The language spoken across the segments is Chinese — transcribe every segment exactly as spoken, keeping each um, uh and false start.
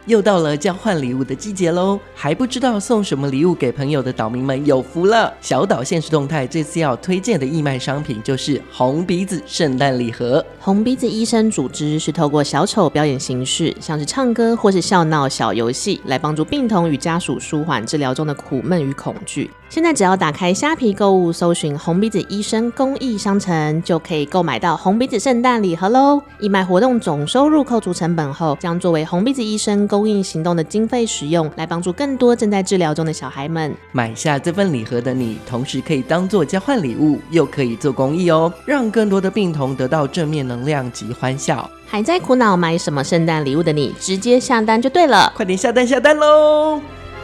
又到了交换礼物的季节咯，还不知道送什么礼物给朋友的岛民们有福了。小岛限时动态这次要推荐的义卖商品就是红鼻子圣诞礼盒。 红鼻子医生组织是透过小丑表演形式，像是唱歌或是笑闹小游戏，来帮助病童与家属舒缓治疗中的苦闷与恐惧。现在只要打开虾皮购物，搜寻红鼻子医生公益商城，就可以购买到红鼻子圣诞礼盒咯。义卖活动总收入扣除成本后，将作为红鼻子医生公益行动的经费使用，来帮助更多正在治疗中的小孩们。 买下这份礼盒的你，同时可以当作交换礼物，又可以做公益哦，让更多的病童得到正面能量及欢笑。 还在苦恼买什么圣诞礼物的你，直接下单就对了， 快点下单下单咯。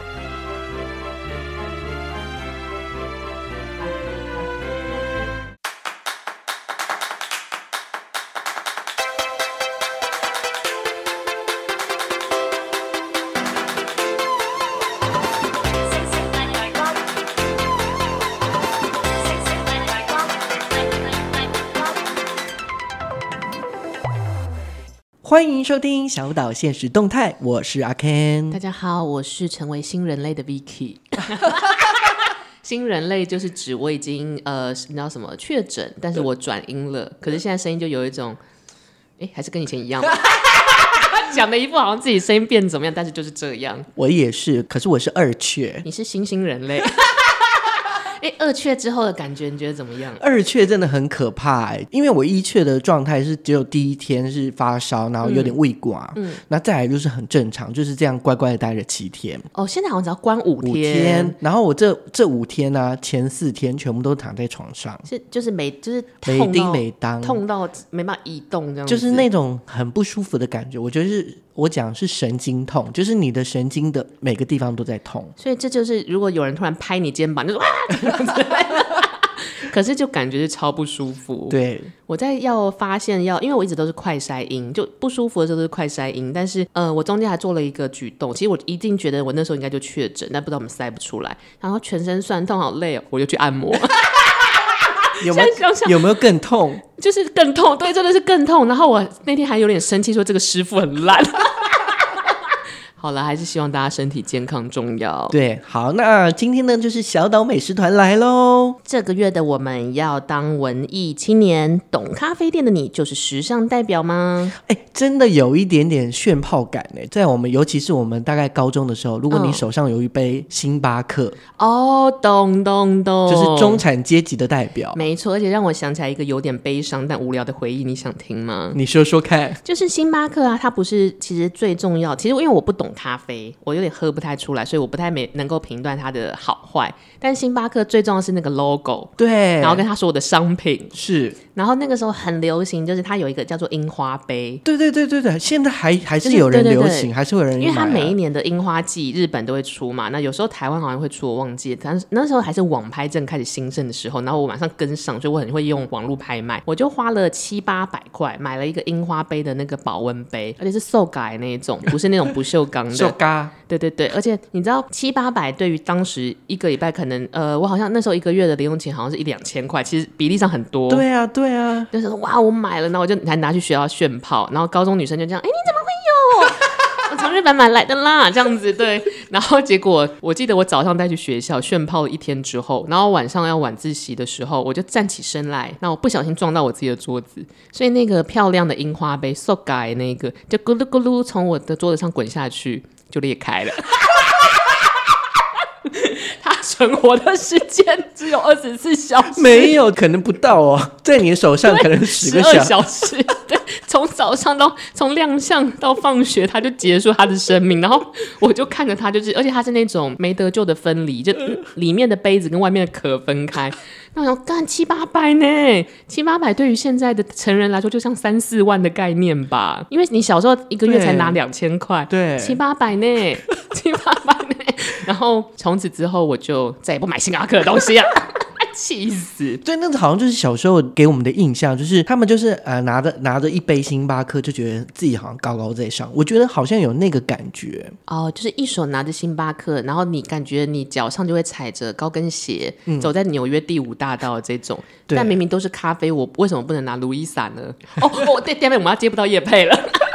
欢迎收听小岛限时动态，我是阿 Ken。 大家好，我是成为新人类的 Vicky。 新人类就是指我已经呃，你知道什么确诊，但是我转阴了，可是现在声音就有一种哎，还是跟以前一样讲的一副好像自己声音变怎么样，但是就是这样。 我也是，可是我是二确。 你是新兴人类。哎，二确之后的感觉你觉得怎么样？ 二确真的很可怕哎，因为我一确的状态是只有第一天是发烧，然后有点胃寡，嗯，那再来就是很正常，就是这样乖乖的待了七天。 哦，现在好像只要关五天。五天， 然后我这这五天呢、啊，前四天全部都躺在床上， 是就是没就是痛没叮没当， 痛到没办法移动这样子， 就是那种很不舒服的感觉。我觉得是我讲是神经痛，就是你的神经的每个地方都在痛。 所以这就是如果有人突然拍你肩膀，就说哇这样子。可是就感觉是超不舒服。 对， 我在要发现要，因为我一直都是快筛阴，就不舒服的时候都是快筛阴，但是呃，我中间还做了一个举动，其实我一定觉得我那时候应该就确诊，但不知道我们筛不出来，然后全身酸痛好累哦，我就去按摩。 有没有想想有没有更痛？ 就是更痛，对，真的是更痛。然后我那天还有点生气，说这个师傅很烂。好了，还是希望大家身体健康重要。 对，好，那今天呢就是小岛美食团来咯。 这个月的我们要当文艺青年，懂咖啡店的你就是时尚代表吗？ 哎，真的有一点点炫炮感哎，在我们尤其是我们大概高中的时候，如果你手上有一杯星巴克， 哦，懂懂懂， 就是中产阶级的代表。 没错，而且让我想起来一个有点悲伤但无聊的回忆，你想听吗？ 你说说看。 就是星巴克啊，它不是其实最重要，其实因为我不懂咖啡，我有点喝不太出来，所以我不太没能够评断它的好坏。但星巴克最重要的是那个 logo， 对， 然后跟他所有的商品是， 然后那个时候很流行，就是它有一个叫做樱花杯。 对对对对对，现在还还是有人流行，就是、对对对，还是有人买、啊， 因为它每一年的樱花季日本都会出嘛，那有时候台湾好像会出，我忘记了。但是那时候还是网拍正开始兴盛的时候，然后我马上跟上，所以我很会用网络拍卖，我就花了七八百块买了一个樱花杯的那个保温杯，而且是塑改那一种，不是那种不锈钢的。 塑胶。 对对对，而且你知道七八百对于当时一个礼拜可能呃，我好像那时候一个月的零用钱好像是一两千块，其实比例上很多。 对啊对啊， 就是说哇我买了，然后我就还拿去学校炫炮，然后高中女生就这样，哎你怎么会有？我从日本买来的啦，这样子。对，然后结果我记得我早上带去学校炫炮了一天之后，然后晚上要晚自习的时候，我就站起身来，那我不小心撞到我自己的桌子，所以那个漂亮的樱花杯塑改那个就咕噜咕噜从我的桌子上滚下去，就裂开了。它存活的时间只有二十四小时， 没有，可能不到哦，在你的手上可能十个小时。对，从早上到从亮相到放学，他就结束他的生命。然后我就看着他，就是而且他是那种没得救的分离，就里面的杯子跟外面的壳分开。那我想干七八百呢，七八百对于现在的成人来说，就像三四万的概念吧。因为你小时候一个月才拿两千块， 对， 七八百呢，七八百呢。然后从此之后，我就再也不买星巴克的东西了。气死！ 对，那好像就是小时候给我们的印象，就是他们就是呃拿着拿着一杯星巴克，就觉得自己好像高高在上。我觉得好像有那个感觉哦，就是一手拿着星巴克，然后你感觉你脚上就会踩着高跟鞋，嗯、走在纽约第五大道的这种。但明明都是咖啡，我为什么不能拿路易莎呢？哦哦，对，对面我们要接不到业配了。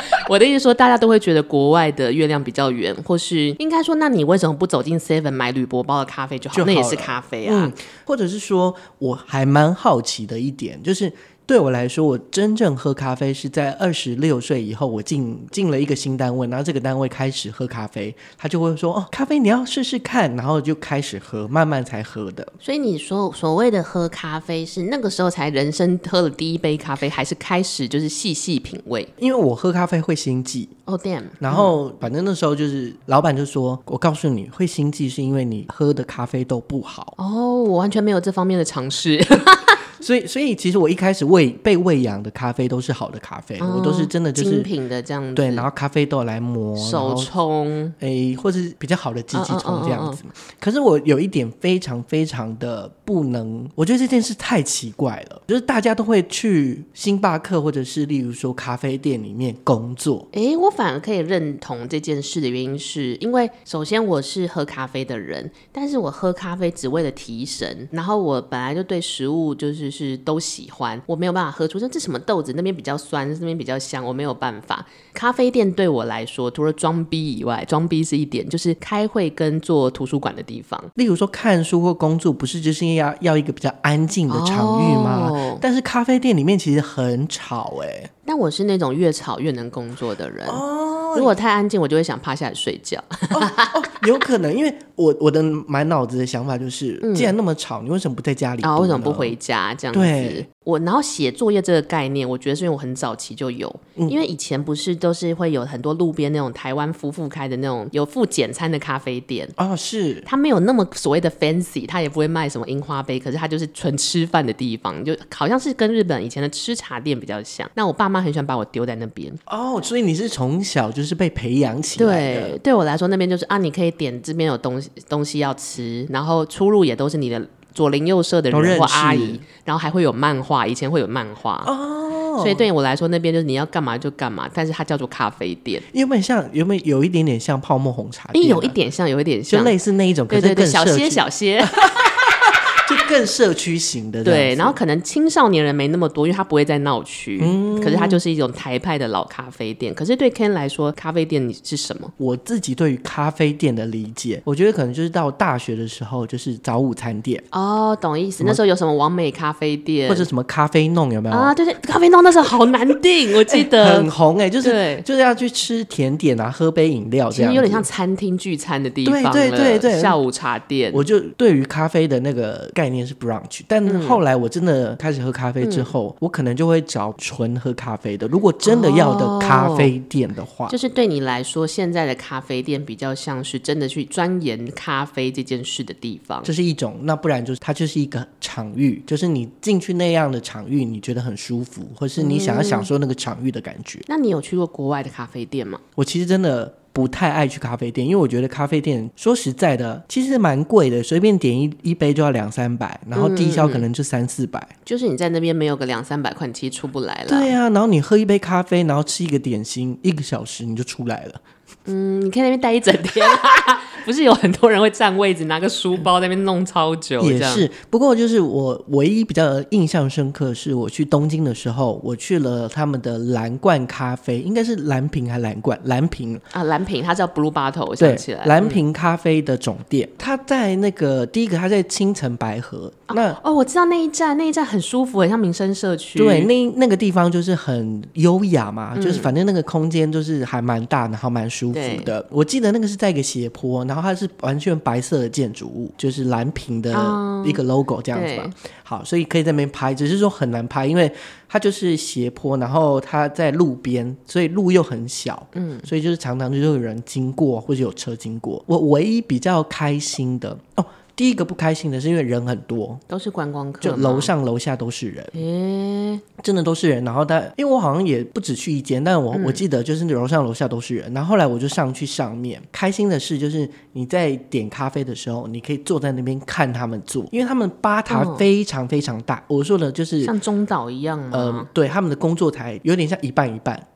我的意思说，大家都会觉得国外的月亮比较圆，或是应该说，那你为什么不走进 seven 买铝箔包的咖啡就好？就好，那也是咖啡啊。 嗯，或者是说，我还蛮好奇的一点就是。对我来说，我真正喝咖啡是在二十六岁以后，我进进了一个新单位，然后这个单位开始喝咖啡，他就会说：“哦，咖啡你要试试看。”然后就开始喝，慢慢才喝的。 所以你说所谓的喝咖啡，是那个时候才人生喝了第一杯咖啡，还是开始就是细细品味？ 因为我喝咖啡会心悸。 哦、oh, damn！ 然后反正那时候就是老板就说：“我告诉你，会心悸是因为你喝的咖啡都不好。” 哦，我完全没有这方面的尝试。 所以，所以其实我一开始喂被喂养的咖啡都是好的咖啡，哦、我都是真的就是精品的这样子， 对，然后咖啡豆来磨手冲， 哎，或是比较好的机器冲这样子。嗯嗯嗯嗯、可是我有一点非常非常的不能，我觉得这件事太奇怪了，就是大家都会去星巴克或者是例如说咖啡店里面工作。 哎，我反而可以认同这件事的原因是因为，首先我是喝咖啡的人，但是我喝咖啡只为了提神，然后我本来就对食物就是。是都喜欢，我没有办法喝出这什么豆子那边比较酸，那边比较香，我没有办法。咖啡店对我来说，除了装逼以外，装逼是一点，就是开会跟做图书馆的地方。 例如说看书或工作，不是就是要要一个比较安静的场域吗？哦、但是咖啡店里面其实很吵哎、欸。 但我是那种越吵越能工作的人。哦，如果太安静，我就会想趴下来睡觉。 哦哦、有可能，因为我我的满脑子的想法就是，嗯、既然那么吵，你为什么不在家里读呢？ 啊、哦，为什么不回家？这样子。 对。 我然后写作业这个概念，我觉得是因为我很早期就有、嗯、因为以前不是都是会有很多路边那种台湾夫妇开的那种有附简餐的咖啡店哦，是它没有那么所谓的 fancy， 它也不会卖什么樱花杯，可是它就是纯吃饭的地方，就好像是跟日本以前的吃茶店比较像。那我爸妈很喜欢把我丢在那边哦，所以你是从小就是被培养起来的。 对，对我来说那边就是啊，你可以点这边有东西东西要吃，然后出入也都是你的左邻右舍的人或阿姨，然后还会有漫画，以前会有漫画哦，所以对我来说那边就是你要干嘛就干嘛，但是它叫做咖啡店， 有没有像有没有有一点点像泡沫红茶店、啊、 有一点像有一点像就类似那一种，可是对对对，小些小些就更社区型的， 对，然后可能青少年人没那么多，因为它不会在闹区、嗯、可是它就是一种台派的老咖啡店。可是对 Ken 来说，咖啡店是什么？ 我自己对于咖啡店的理解，我觉得可能就是到大学的时候就是早午餐店哦，懂意思。那时候有什么网美咖啡店或者什么咖啡弄，有没有啊？对对，咖啡弄那时候好难订我记得、 欸、很红哎、欸，就是就是要去吃甜点啊，喝杯饮料这样子， 其实有点像餐厅聚餐的地方了， 对对对对， 下午茶店。 我就对于咖啡的那个概念是 brunch， 但后来我真的开始喝咖啡之后、嗯、我可能就会找纯喝咖啡的，如果真的要的咖啡店的话、 哦、就是对你来说现在的咖啡店比较像是真的去钻研咖啡这件事的地方， 这是一种。那不然就是它就是一个场域，就是你进去那样的场域你觉得很舒服，或是你想要享受那个场域的感觉、嗯、 那你有去过国外的咖啡店吗？ 我其实真的不太爱去咖啡店，因为我觉得咖啡店说实在的其实蛮贵的，随便点 一, 一杯就要两三百，然后低消可能就三四百， 就是你在那边没有个两三百块其实出不来了。 对啊，然后你喝一杯咖啡然后吃一个点心，一个小时你就出来了。 嗯，你可以在那边待一整天啊不是有很多人会占位置拿个书包在那边弄超久， 也是。不过就是我唯一比较印象深刻是我去东京的时候，我去了他们的蓝罐咖啡，应该是蓝瓶还蓝罐，蓝瓶啊，蓝瓶它叫 Blue Bottle， 我想起来， 蓝瓶咖啡的总店、嗯、它在那个第一个它在青城白河、啊、那哦我知道那一站，那一站很舒服，很像民生社区。 对，那那个地方就是很优雅嘛、嗯、就是反正那个空间就是还蛮大，然后蛮舒服的。我记得那个是在一个斜坡，然后它是完全白色的建筑物，就是蓝瓶的一个 logo 这样子吧、嗯、好，所以可以在那边拍，只是说很难拍，因为它就是斜坡，然后它在路边，所以路又很小，嗯，所以就是常常就有人经过或者有车经过。我唯一比较开心的哦，第一个不开心的是因为人很多， 都是观光客， 就楼上楼下都是人， 诶， 真的都是人。然后但因为我好像也不止去一间，但我、嗯、我记得就是楼上楼下都是人。然后后来我就上去上面，开心的是就是你在点咖啡的时候，你可以坐在那边看他们做，因为他们吧台非常非常大、哦、我说的就是像中岛一样吗？ 嗯，对，他们的工作台有点像一半一半。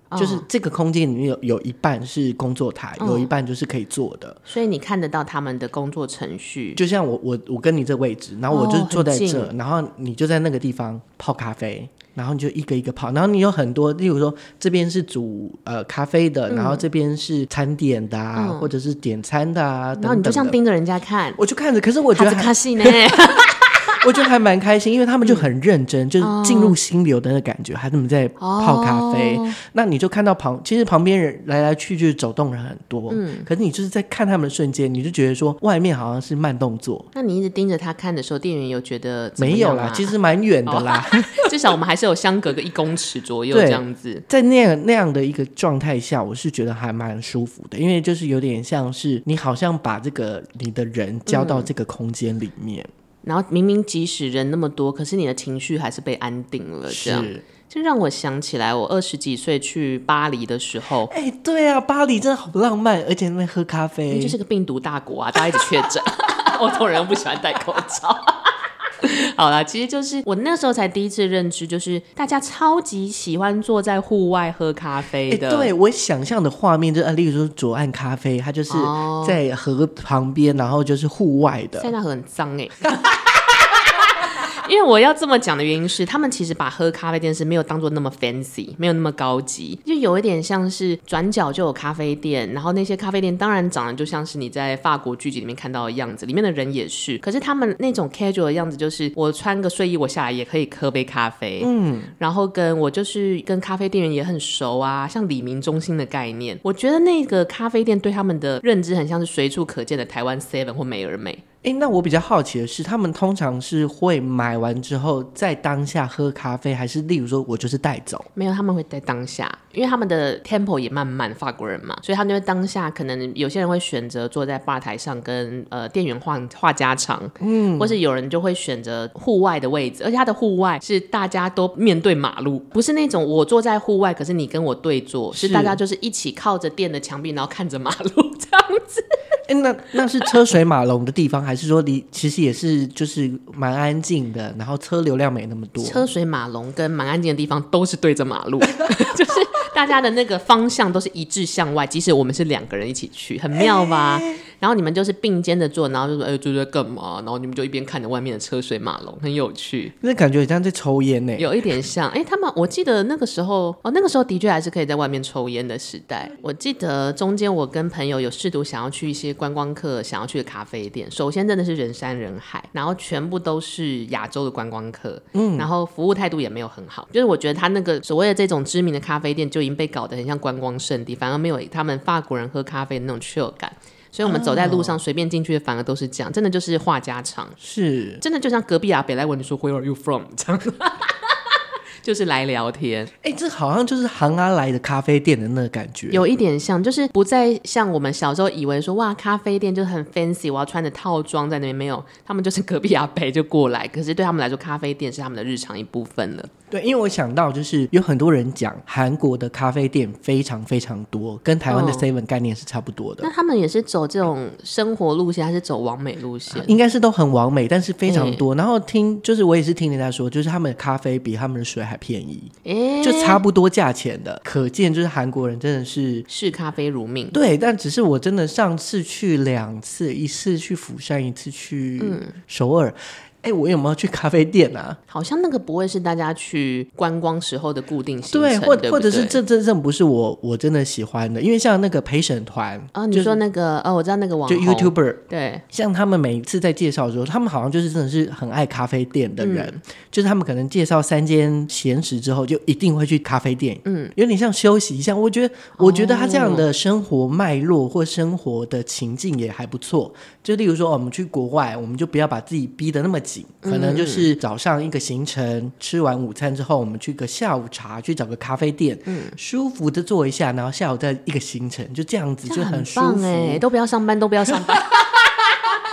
就是这个空间里面有有一半是工作台、哦、有一半就是可以坐的， 所以你看得到他们的工作程序。 就像我我我跟你这位置，然后我就坐在这、哦、然后你就在那个地方泡咖啡，然后你就一个一个泡，然后你有很多，例如说这边是煮呃咖啡的、嗯、然后这边是餐点的啊、嗯、或者是点餐的啊等等的， 然后你就像盯着人家看， 我就看着，可是我觉得卡西呢我觉得还蛮开心，因为他们就很认真、嗯、就是进入心流的那个感觉，他们在泡咖啡、哦、那你就看到旁其实旁边人来来去去走动人很多、嗯、可是你就是在看他们的瞬间，你就觉得说外面好像是慢动作。 那你一直盯着他看的时候，店员有觉得怎么样、啊、 没有啦，其实蛮远的啦、哦、 至少我们还是有相隔个一公尺左右这样子。 在那样那样的一个状态下，我是觉得还蛮舒服的，因为就是有点像是你好像把这个你的人交到这个空间里面、嗯， 然后明明即使人那么多，可是你的情绪还是被安定了，这样就让我想起来我二十几岁去巴黎的时候。 哎、欸，对啊，巴黎真的好浪漫，而且那边喝咖啡， 那就是个病毒大国啊，大家一直确诊欧洲人不喜欢戴口罩好啦，其实就是我那时候才第一次认知，就是大家超级喜欢坐在户外喝咖啡的、 欸、对，我想象的画面就是、啊、例如说左岸咖啡，它就是在河旁边、哦、然后就是户外的。 塞纳河很脏哎、欸因为我要这么讲的原因是，他们其实把喝咖啡店是没有当作那么 fancy， 没有那么高级，就有一点像是转角就有咖啡店，然后那些咖啡店当然长得就像是你在法国剧集里面看到的样子，里面的人也是，可是他们那种 casual 的样子就是我穿个睡衣我下来也可以喝杯咖啡，嗯，然后跟我就是跟咖啡店员也很熟啊，像李明中心的概念，我觉得那个咖啡店对他们的认知很像是随处可见的台湾 seven 或美而美。 欸，那我比较好奇的是，他们通常是会买完之后在当下喝咖啡，还是例如说我就是带走？ 没有，他们会在当下，因为他们的 tempo 也慢慢，法国人嘛，所以他们就会当下，可能有些人会选择坐在吧台上跟呃店员话话家常，嗯，或是有人就会选择户外的位置，而且他的户外是大家都面对马路，不是那种我坐在户外，可是你跟我对坐，是, 是大家就是一起靠着店的墙壁，然后看着马路这样子。 欸，那那是车水马龙的地方，还是说你其实也是就是蛮安静的，然后车流量没那么多？ 车水马龙跟蛮安静的地方都是对着马路就是大家的那个方向都是一致向外，即使我们是两个人一起去，很妙吧？欸，然后你们就是并肩的坐，然后就说哎，这在干嘛？然后你们就一边看着外面的车水马龙，很有趣。 那感觉很像在抽烟呢。 有一点像。哎，他们我记得那个时候哦，那个时候的确还是可以在外面抽烟的时代。我记得中间我跟朋友有试图想要去一些观光客想要去的咖啡店，首先真的是人山人海，然后全部都是亚洲的观光客，嗯，然后服务态度也没有很好，就是我觉得他那个所谓的这种知名的咖啡店就已经被搞得很像观光胜地，反而没有他们法国人喝咖啡的那种 chill 感。所以我们走在路上随便进去的反而都是这样，真的就是话家常， 是真的就像隔壁阿北来问你说 Where are you from 这样就是来聊天。 哎、欸，这好像就是行阿来的咖啡店的那个感觉， 有一点像，就是不再像我们小时候以为说哇咖啡店就是很 fancy， 我要穿着套装在那边，没有，他们就是隔壁阿北就过来，可是对他们来说咖啡店是他们的日常一部分了。 对，因为我想到就是有很多人讲韩国的咖啡店非常非常多，跟台湾的 seven 概念是差不多的、 哦、那他们也是走这种生活路线还是走网美路线？ 应该是都很网美，但是非常多、欸、然后听就是我也是听人家说，就是他们的咖啡比他们的水还便宜、欸、就差不多价钱的，可见就是韩国人真的是视咖啡如命。 对，但只是我真的上次去两次，一次去釜山，一次去首尔、嗯哎、欸，我有没有去咖啡店啊？ 好像那个不会是大家去观光时候的固定行程， 对，或对不对？ 或者是这真正不是我我真的喜欢的，因为像那个陪审团啊，你说那个哦，我知道那个网红， 就 YouTuber， 对， 像他们每一次在介绍的时候，他们好像就是真的是很爱咖啡店的人，嗯、就是他们可能介绍三间闲食之后，就一定会去咖啡店，嗯，有点像休息一下。我觉得，我觉得他这样的生活脉络或生活的情境也还不错。就例如说，我们去国外，我们就不要把自己逼得那么紧，可能就是。是早上一个行程，吃完午餐之后我们去个下午茶，去找个咖啡店、嗯、舒服的坐一下，然后下午再一个行程，就这样子就很舒服。 很棒耶，都不要上班都不要上班但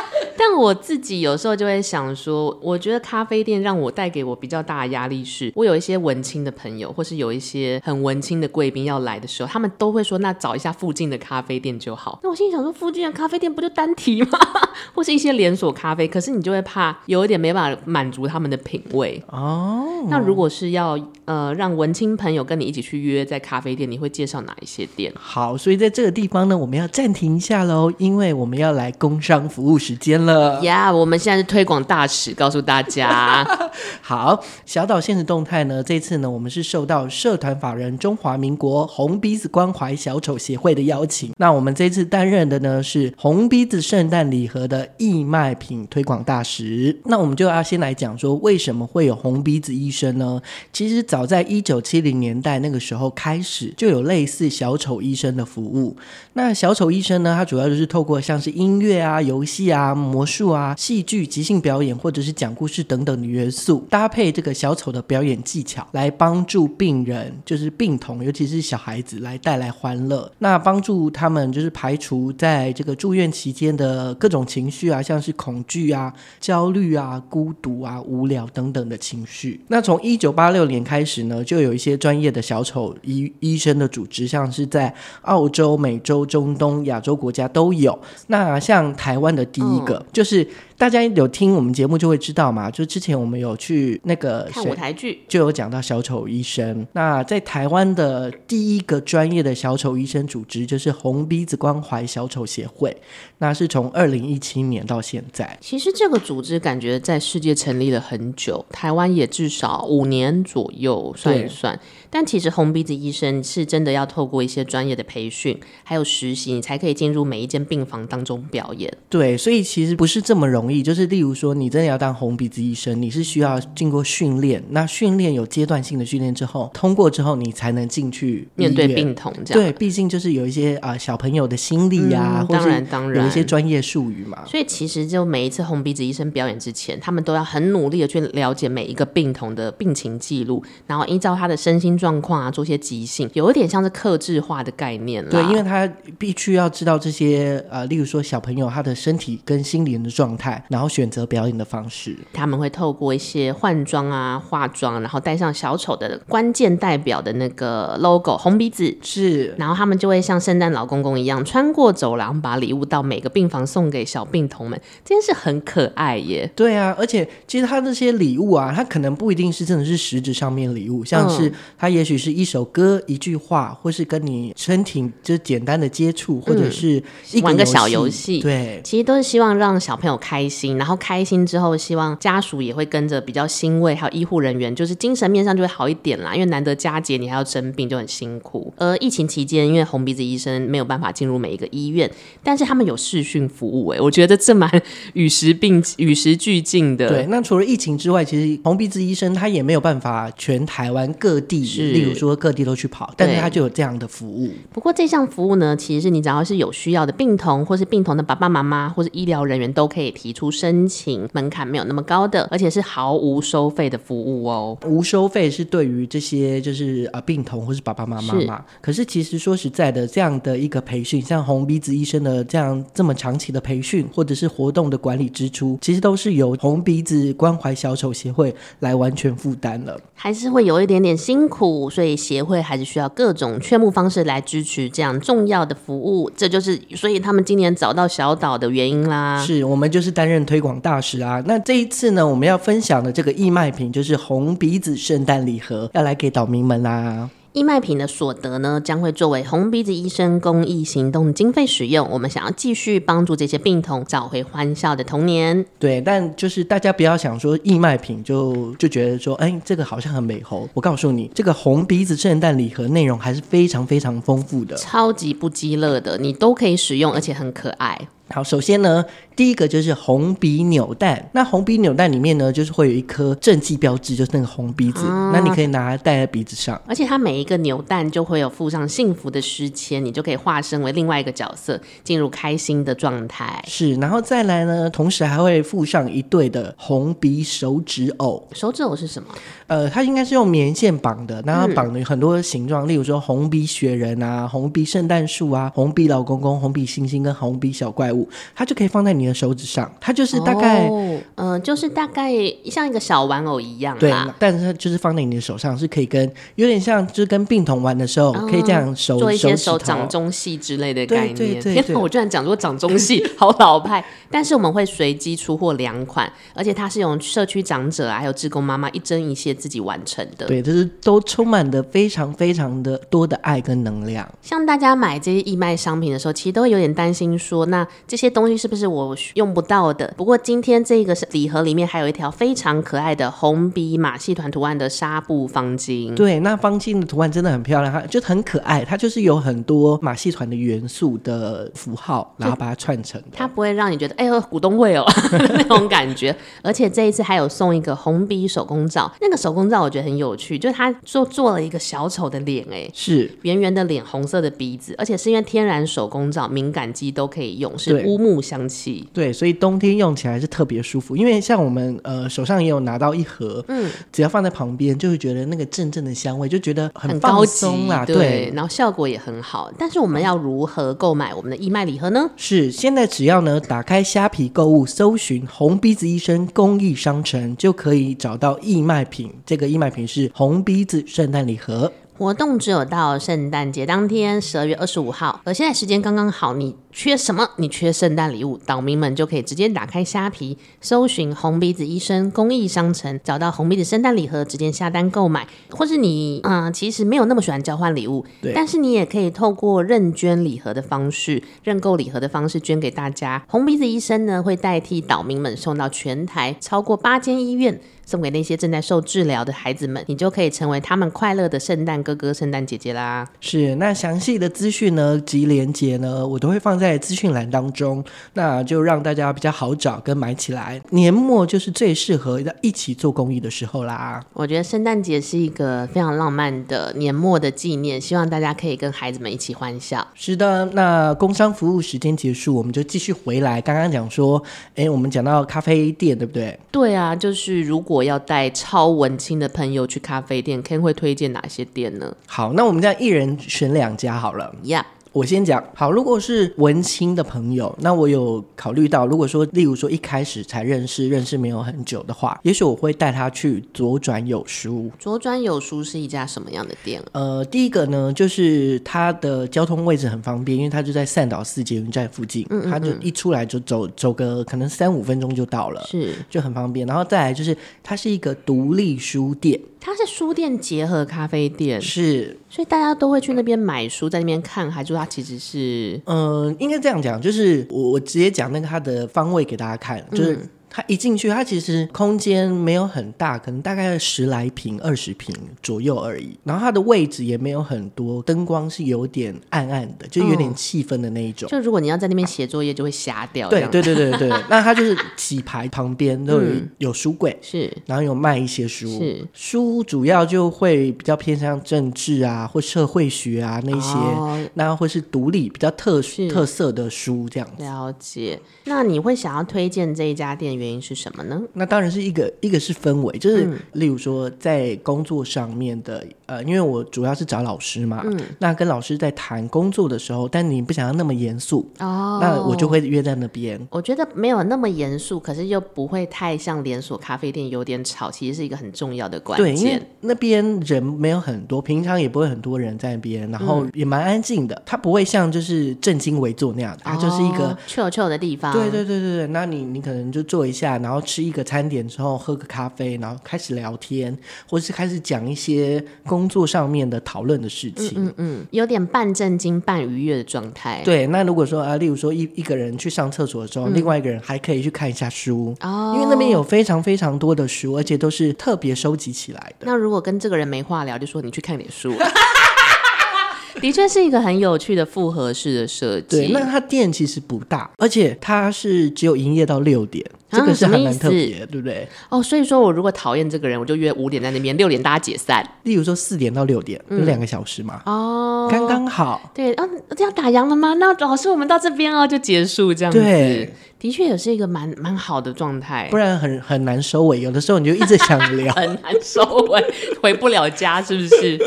但我自己有时候就会想说，我觉得咖啡店让我带给我比较大的压力是，我有一些文青的朋友，或是有一些很文青的贵宾要来的时候，他们都会说那找一下附近的咖啡店就好。那我心里想说，附近的咖啡店不就单体吗？或是一些连锁咖啡，可是你就会怕有一点没办法满足他们的品味哦。那如果是要呃让文青朋友跟你一起去约在咖啡店，你会介绍哪一些店？ 好，所以在这个地方呢，我们要暂停一下咯，因为我们要来工商服务时间了呀、yeah, 我们现在是推广大使，告诉大家好，小岛限时动态呢，这次呢我们是受到社团法人中华民国红鼻子关怀小丑协会的邀请，那我们这次担任的呢是红鼻子圣诞礼盒的义卖品推广大使。那我们就要先来讲说为什么会有红鼻子医生呢？其实早在一九七零年代那个时候开始就有类似小丑医生的服务。那小丑医生呢，它主要就是透过像是音乐啊、游戏啊、魔术啊、戏剧、即兴表演或者是讲故事等等的元素，搭配这个小丑的表演技巧来帮助病人，就是病童尤其是小孩子来带来欢乐，那帮助他们就是排除在这个住院期间的各种情绪啊，像是恐惧啊、焦虑啊、孤独啊、无聊等等的情绪。那从一九八六年开始呢，就有一些专业的小丑 医, 医生的组织，像是在澳洲、美洲、中东、亚洲国家都有。那像台湾的第一个、嗯、就是大家有听我们节目就会知道嘛，就之前我们有去那个看舞台剧就有讲到小丑医生。那在台湾的第一个专业的小丑医生组织就是红鼻子关怀小丑协会，那是从二零一七年到现在。 其实这个组织感觉在世界成立了很久，台湾也至少五年左右算一算，但其实红鼻子医生是真的要透过一些专业的培训还有实习，你才可以进入每一间病房当中表演。 对，所以其实不是这么容易，就是例如说你真的要当红鼻子医生，你是需要经过训练，那训练有阶段性的训练之后，通过之后你才能进去面对病童这样。 对，毕竟就是有一些、呃、小朋友的心理啊、嗯、 当然当然有一些专业术语嘛。 所以其实就每一次红鼻子医生表演之前，他们都要很努力的去了解每一个病童的病情记录，然后依照他的身心状况啊做些即兴，有一点像是客制化的概念啦。 对，因为他必须要知道这些呃，例如说小朋友他的身体跟心理的状态，然后选择表演的方式。 他们会透过一些换装啊、化妆，然后戴上小丑的关键代表的那个 logo 红鼻子， 是， 然后他们就会像圣诞老公公一样穿过走廊，把礼物到每个病房送给小病童们。这件事很可爱耶。 对啊，而且其实他这些礼物啊，他可能不一定是真的是实质上面礼物，像是他也许是一首歌、一句话，或是跟你身体就简单的接触，或者是一个玩个小游戏。 对， 其实都是希望让小朋友开心，然后开心之后希望家属也会跟着比较欣慰，还有医护人员就是精神面上就会好一点啦，因为难得佳节你还要生病就很辛苦。而疫情期间因为红鼻子医生没有办法进入每一个医院，但是他们有视讯服务耶，我觉得这蛮与时并与时俱进的。 对，那除了疫情之外，其实红鼻子医生他也没有办法全台湾各地，例如说各地都去跑，但是他就有这样的服务。 不过这项服务呢，其实是你只要是有需要的病童，或是病童的爸爸妈妈，或是医疗人员都可以提出申请，门槛没有那么高的，而且是毫无收费的服务哦。 无收费是对于这些就是呃病童或是爸爸妈妈嘛。可是其实说实在的，这样的一个培训，像红鼻子医生的这样这么长期的培训，或者是活动的管理支出，其实都是由红鼻子关怀小丑协会来完全负担了。 还是会有一点点辛苦，所以协会还是需要各种劝募方式来支持这样重要的服务，这就是所以他们今年找到小岛的原因啦。 是，我们就是担任推广大使啊。那这一次呢，我们要分享的这个义卖品就是红鼻子圣诞礼盒，要来给岛民们啦。 义卖品的所得呢，将会作为红鼻子医生公益行动经费使用。我们想要继续帮助这些病童找回欢笑的童年。 对，但就是大家不要想说义卖品就就觉得说，哎，这个好像很美猴。我告诉你，这个红鼻子圣诞礼盒内容还是非常非常丰富的， 超级不饥饿的，你都可以使用，而且很可爱。 好，首先呢，第一个就是红鼻扭蛋。那红鼻扭蛋里面呢，就是会有一颗政绩标志，就是那个红鼻子、嗯、那你可以拿来戴在鼻子上， 而且它每一个扭蛋就会有附上幸福的诗签，你就可以化身为另外一个角色，进入开心的状态。 是，然后再来呢，同时还会附上一对的红鼻手指偶。 手指偶是什么？ 呃，它应该是用棉线绑的，然后绑的很多形状、嗯、例如说红鼻雪人啊、红鼻圣诞树啊、红鼻老公公、红鼻星星跟红鼻小怪物。 物，它就可以放在你的手指上，它就是大概嗯、哦呃，就是大概像一个小玩偶一样啦， 对，但是它就是放在你的手上，是可以跟有点像就是跟病童玩的时候、嗯、可以这样手做一些手掌中戏之类的概念。 对对对对， 天哪，我居然讲说掌中戏好老派。但是我们会随机出货两款，而且它是用社区长者啊还有志工妈妈一针一线自己完成的。 对，就是都充满的非常非常的多的爱跟能量。 像大家买这些义卖商品的时候，其实都会有点担心说，那这些东西是不是我用不到的？不过今天这个礼盒里面还有一条非常可爱的红笔马戏团图案的纱布方巾。 对，那方巾的图案真的很漂亮，它就很可爱，它就是有很多马戏团的元素的符号，然后把它串成的。 它不会让你觉得哎呦股东会哦那种感觉。而且这一次还有送一个红笔手工皂，那个手工皂我觉得很有趣，就是它做做了一个小丑的脸，哎， 是圆圆的脸，红色的鼻子，而且是因为天然手工皂，敏感肌都可以用，是乌木香气。 对，所以冬天用起来是特别舒服。因为像我们呃手上也有拿到一盒，嗯，只要放在旁边，就会觉得那个阵阵的香味，就觉得很放松啦， 很高级，对，对，然后效果也很好。但是我们要如何购买我们的义卖礼盒呢？ 是现在只要呢打开虾皮购物，搜寻红鼻子医生公益商城，就可以找到义卖品。这个义卖品是红鼻子圣诞礼盒。 活动只有到圣诞节当天十二月二十五号，而现在时间刚刚好，你缺什么？你缺圣诞礼物，岛民们就可以直接打开虾皮，搜寻红鼻子医生公益商城，找到红鼻子圣诞礼盒，直接下单购买。或是你嗯，其实没有那么喜欢交换礼物，但是你也可以透过认捐礼盒的方式，认购礼盒的方式捐给大家。红鼻子医生呢，会代替岛民们送到全台超过八间医院，送给那些正在受治疗的孩子们，你就可以成为他们快乐的圣诞哥哥圣诞姐姐啦。 是，那详细的资讯呢及连结呢，我都会放在资讯栏当中，那就让大家比较好找跟买起来。年末就是最适合一起做公益的时候啦。 我觉得圣诞节是一个非常浪漫的年末的纪念，希望大家可以跟孩子们一起欢笑。 是的，那工商服务时间结束，我们就继续回来。刚刚讲说诶我们讲到咖啡店对不对？ 对啊，就是如果要带超文青的朋友去咖啡店， Ken 会推荐哪些店呢？ 好，那我们这样一人选两家好了。 Yeah， 我先讲。好，如果是文青的朋友，那我有考虑到，如果说例如说一开始才认识认识没有很久的话，也许我会带他去左转有书。 左转有书是一家什么样的店？ 呃，第一个呢，就是它的交通位置很方便，因为它就在善导寺捷运站附近，嗯嗯嗯，它就一出来就走走个可能三五分钟就到了，是就很方便。然后再来就是它是一个独立书店， 它是书店结合咖啡店， 是， 所以大家都会去那边买书，在那边看，还说它其实是嗯、呃，应该这样讲，就是我我直接讲那个它的方位给大家看，就是、嗯它一进去，它其实空间没有很大，可能大概十来平、二十平左右而已。然后它的位置也没有很多，灯光是有点暗暗的，就有点气氛的那一种。 嗯、就如果你要在那边写作业，就会瞎掉。 对对对对对，那它就是几排旁边都有、嗯、有书柜， 是， 然后有卖一些书， 是书主要就会比较偏向政治啊，或社会学啊那些，哦、那或是独立比较特特色的书这样子。 了解。那你会想要推荐这一家店原因是什么呢？ 那当然是一个一个是氛围，就是、嗯、例如说在工作上面的呃，因为我主要是找老师嘛、嗯、那跟老师在谈工作的时候，但你不想要那么严肃哦，那我就会约在那边。 我觉得没有那么严肃，可是又不会太像连锁咖啡店有点吵，其实是一个很重要的关键。 对，因为那边人没有很多，平常也不会很多人在那边，然后也蛮安静的、嗯、它不会像就是正襟危坐那样的，它就是一个 chill chill 的地方。 对对对对对，那你你可能就坐一下，然后吃一个餐点之后喝个咖啡，然后开始聊天，或是开始讲一些工作上面的讨论的事情。 嗯嗯嗯，有点半正经半愉悦的状态。 对，那如果说啊，例如说一一个人去上厕所的时候、嗯、另外一个人还可以去看一下书、哦、因为那边有非常非常多的书，而且都是特别收集起来的。 那如果跟这个人没话聊，就说你去看点书的确是一个很有趣的复合式的设计。 对，那它店其实不大，而且它是只有营业到六点、啊、这个是还蛮特别，对不对？ 哦，所以说我如果讨厌这个人，我就约五点在那边，六点大家解散。 例如说四点到六点，有两个小时嘛。哦，刚刚好。 对，啊，这样打烊了吗？那老师我们到这边哦就结束这样子。对，的确也是一个蛮蛮好的状态， 不然很很难收尾。有的时候你就一直想聊， 很难收尾，回不了家是不是？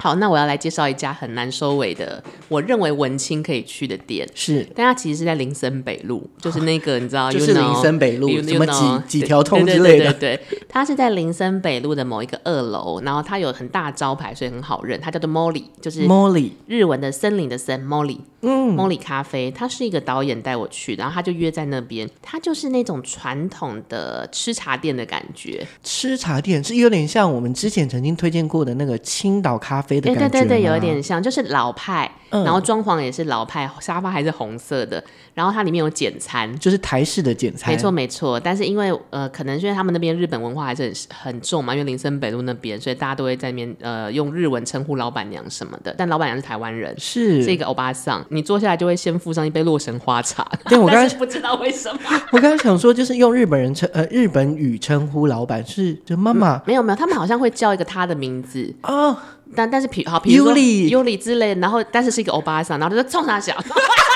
好，那我要来介绍一家很难收尾的，我认为文青可以去的店， 是， 但它其实是在林森北路，就是那个你知道， 就是林森北路 you know, 什么 you know, 几几条通之类的， 对对对对对，它是在林森北路的某一个二楼，然后它有很大的招牌，所以很好认，它叫做 Molly， 就是 Molly 日文的森林的森 Molly。 嗯 Molly 咖啡，他是一个导演带我去，然后他就约在那边，他就是那种传统的吃茶店的感觉。 吃茶店是有点像我们之前曾经推荐过的那个青岛咖啡的感觉吗？ 对对对对，有一点像，就是老派， 嗯、 然后装潢也是老派，沙发还是红色的，然后它里面有简餐， 就是台式的简餐。 没错没错，但是因为呃，可能是因为他们那边日本文化还是很很重嘛，因为林森北路那边，所以大家都会在那边呃用日文称呼老板娘什么的，但老板娘是台湾人， 是是一个欧巴桑，你坐下来就会先附上一杯洛神花茶。 对，我刚但是不知道为什么， 我刚刚想说，就是用日本人称呃日本语称呼老板是就妈妈、 嗯，没有没有，他们好像会叫一个他的名字哦， 但但是比好，比如说尤里尤里之类的，然后但是是一个欧巴桑，然后就说冲他小。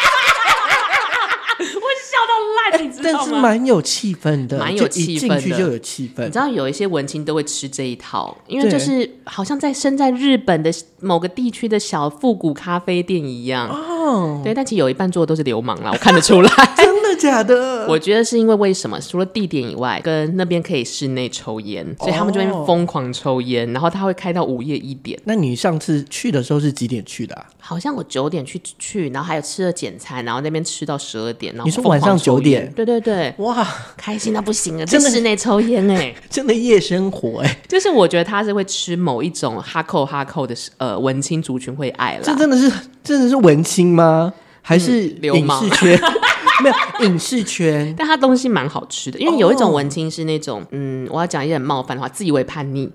你知道吗？ 但是蛮有气氛的， 蛮有气氛的， 一进去就有气氛。 你知道有一些文青都会吃这一套，因为就是好像在身在日本的某个地区的小复古咖啡店一样。哦，对，但其实有一半做的都是流氓啦，我看得出来。 真的假的？ 我觉得是因为为什么？除了地点以外，跟那边可以室内抽烟，所以他们就会疯狂抽烟，然后他会开到午夜一点。 那你上次去的时候是几点去的、啊？ 好像我九点去去，然后还有吃了简餐，然后那边吃到十二点。然后你说晚上九点？ 对对对， 哇， 开心到不行了，在室内抽烟哎、欸， 真的夜生活哎、欸， 就是我觉得他是会吃某一种哈扣哈扣的呃文青族群会爱啦。 这真的是真的是文青吗？还是影视圈？嗯、没有影视圈， 但他东西蛮好吃的，因为有一种文青是那种、哦、嗯，我要讲一些很冒犯的话，自以为叛逆。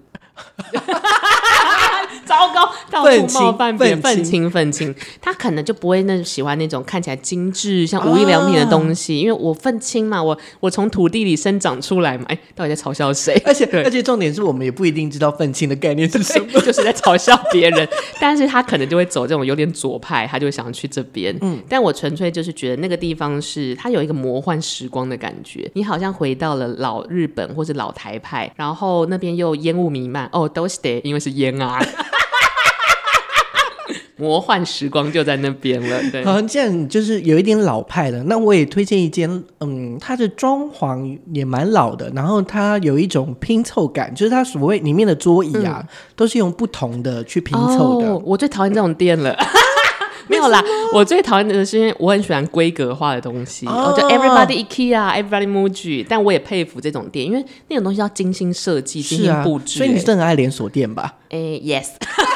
糟糕，到处冒犯别人，愤青愤青，他可能就不会那喜欢那种看起来精致像无印良品的东西、啊、因为我愤青嘛，我我从土地里生长出来嘛，哎，到底在嘲笑谁？ 而且而且重点是我们也不一定知道愤青的概念是什么， 就是在嘲笑别人。但是他可能就会走这种有点左派，他就会想要去这边。嗯，但我纯粹就是觉得那个地方是它有一个魔幻时光的感觉，你好像回到了老日本或是老台派，然后那边又烟雾弥漫，哦，都是的，因为是烟啊。魔幻时光就在那边了。对， 好，这样就是有一点老派的。那我也推荐一间，嗯，它的装潢也蛮老的，然后它有一种拼凑感，就是它所谓里面的桌椅啊，嗯、都是用不同的去拼凑的。 哦、我最讨厌这种店了。没有啦，我最讨厌的是因为我很喜欢规格化的东西，我、哦、就 everybody IKEA、everybody Muji， 但我也佩服这种店，因为那种东西要精心设计、精心布置、 啊。所以你是很爱连锁店吧？ 诶 ，yes。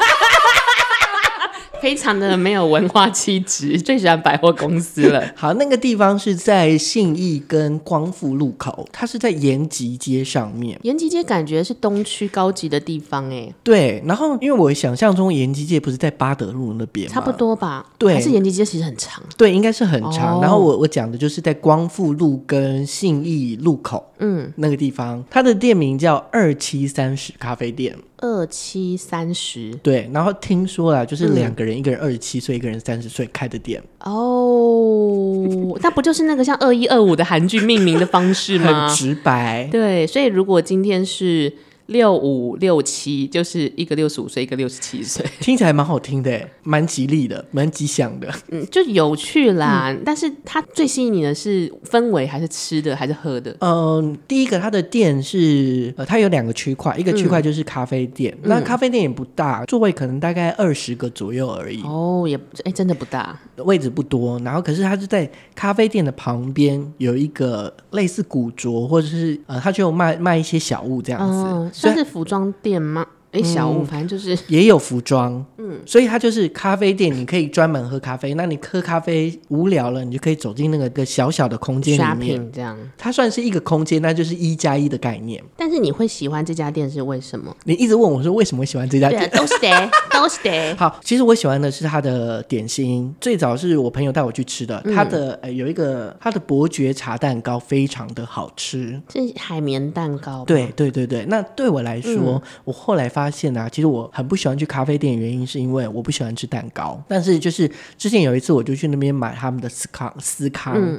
非常的没有文化气质，最喜欢百货公司了。 好，那个地方是在信义跟光复路口，它是在延吉街上面。 延吉街感觉是东区高级的地方哎。 对，然后因为我想象中延吉街不是在八德路那边吗？ 差不多吧。 对， 还是延吉街其实很长。 对，应该是很长。 哦、 然后我我讲的就是在光复路跟信义路口，嗯，那个地方，它的店名叫二七三十咖啡店。 二七三十， 对，然后听说啦，就是两个人，嗯、一个人二十七岁，一个人三十岁开的店。 哦，那不就是那个像二一二五的韩剧命名的方式吗？ 很直白。 对，所以如果今天是六五六七，就是一个六十五岁，一个六十七岁， 听起来蛮好听的，蛮吉利的，蛮吉祥的， 嗯，就有趣啦。嗯、但是它最吸引你的是氛围，还是吃的，还是喝的？ 嗯、呃，第一个它的店是呃，它有两个区块，一个区块就是咖啡店，嗯、那咖啡店也不大，座位可能大概二十个左右而已。 哦，也哎，真的不大， 位置不多。然后可是它是在咖啡店的旁边有一个类似古着，或者是呃，它就有卖卖一些小物这样子。嗯， 算是服装店吗？哎，小物、嗯、反正就是也有服装，嗯，所以它就是咖啡店，你可以专门喝咖啡。那你喝咖啡无聊了，你就可以走进那个个小小的空间里面， shopping 这样。它算是一个空间，那就是一加一的概念。 但是你会喜欢这家店是为什么？ 你一直问我说为什么会喜欢这家店？ 对，都是的，都是的。 好，其实我喜欢的是它的点心，最早是我朋友带我去吃的。它的、嗯呃、有一个它的伯爵茶蛋糕非常的好吃， 是海绵蛋糕。 对对对对，那对我来说，嗯、我后来发现啊，其实我很不喜欢去咖啡店的原因是因为我不喜欢吃蛋糕。但是就是之前有一次我就去那边买他们的司康司康。嗯，